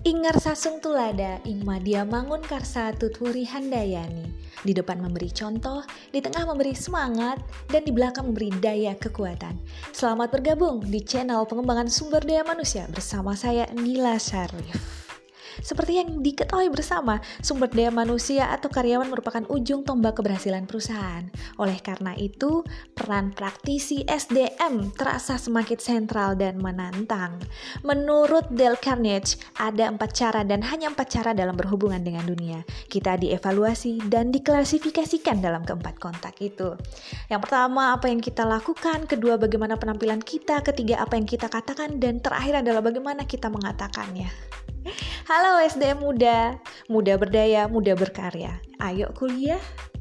Ingar sasung tulada, ing madya mangun karsa tutwuri handayani. Di depan memberi contoh, di tengah memberi semangat, dan di belakang memberi daya kekuatan. Selamat bergabung di channel pengembangan sumber daya manusia bersama saya Nila Syarif. Seperti yang diketahui bersama, sumber daya manusia atau karyawan merupakan ujung tombak keberhasilan perusahaan. Oleh karena itu, peran praktisi SDM terasa semakin sentral dan menantang. Menurut Dale Carnegie, ada 4 cara dan hanya 4 cara dalam berhubungan dengan dunia. Kita dievaluasi dan diklasifikasikan dalam keempat kontak itu. Yang pertama, apa yang kita lakukan. Kedua, bagaimana penampilan kita. Ketiga, apa yang kita katakan. Dan terakhir adalah bagaimana kita mengatakannya. Halo SDM muda, muda berdaya, muda berkarya. Ayo kuliah.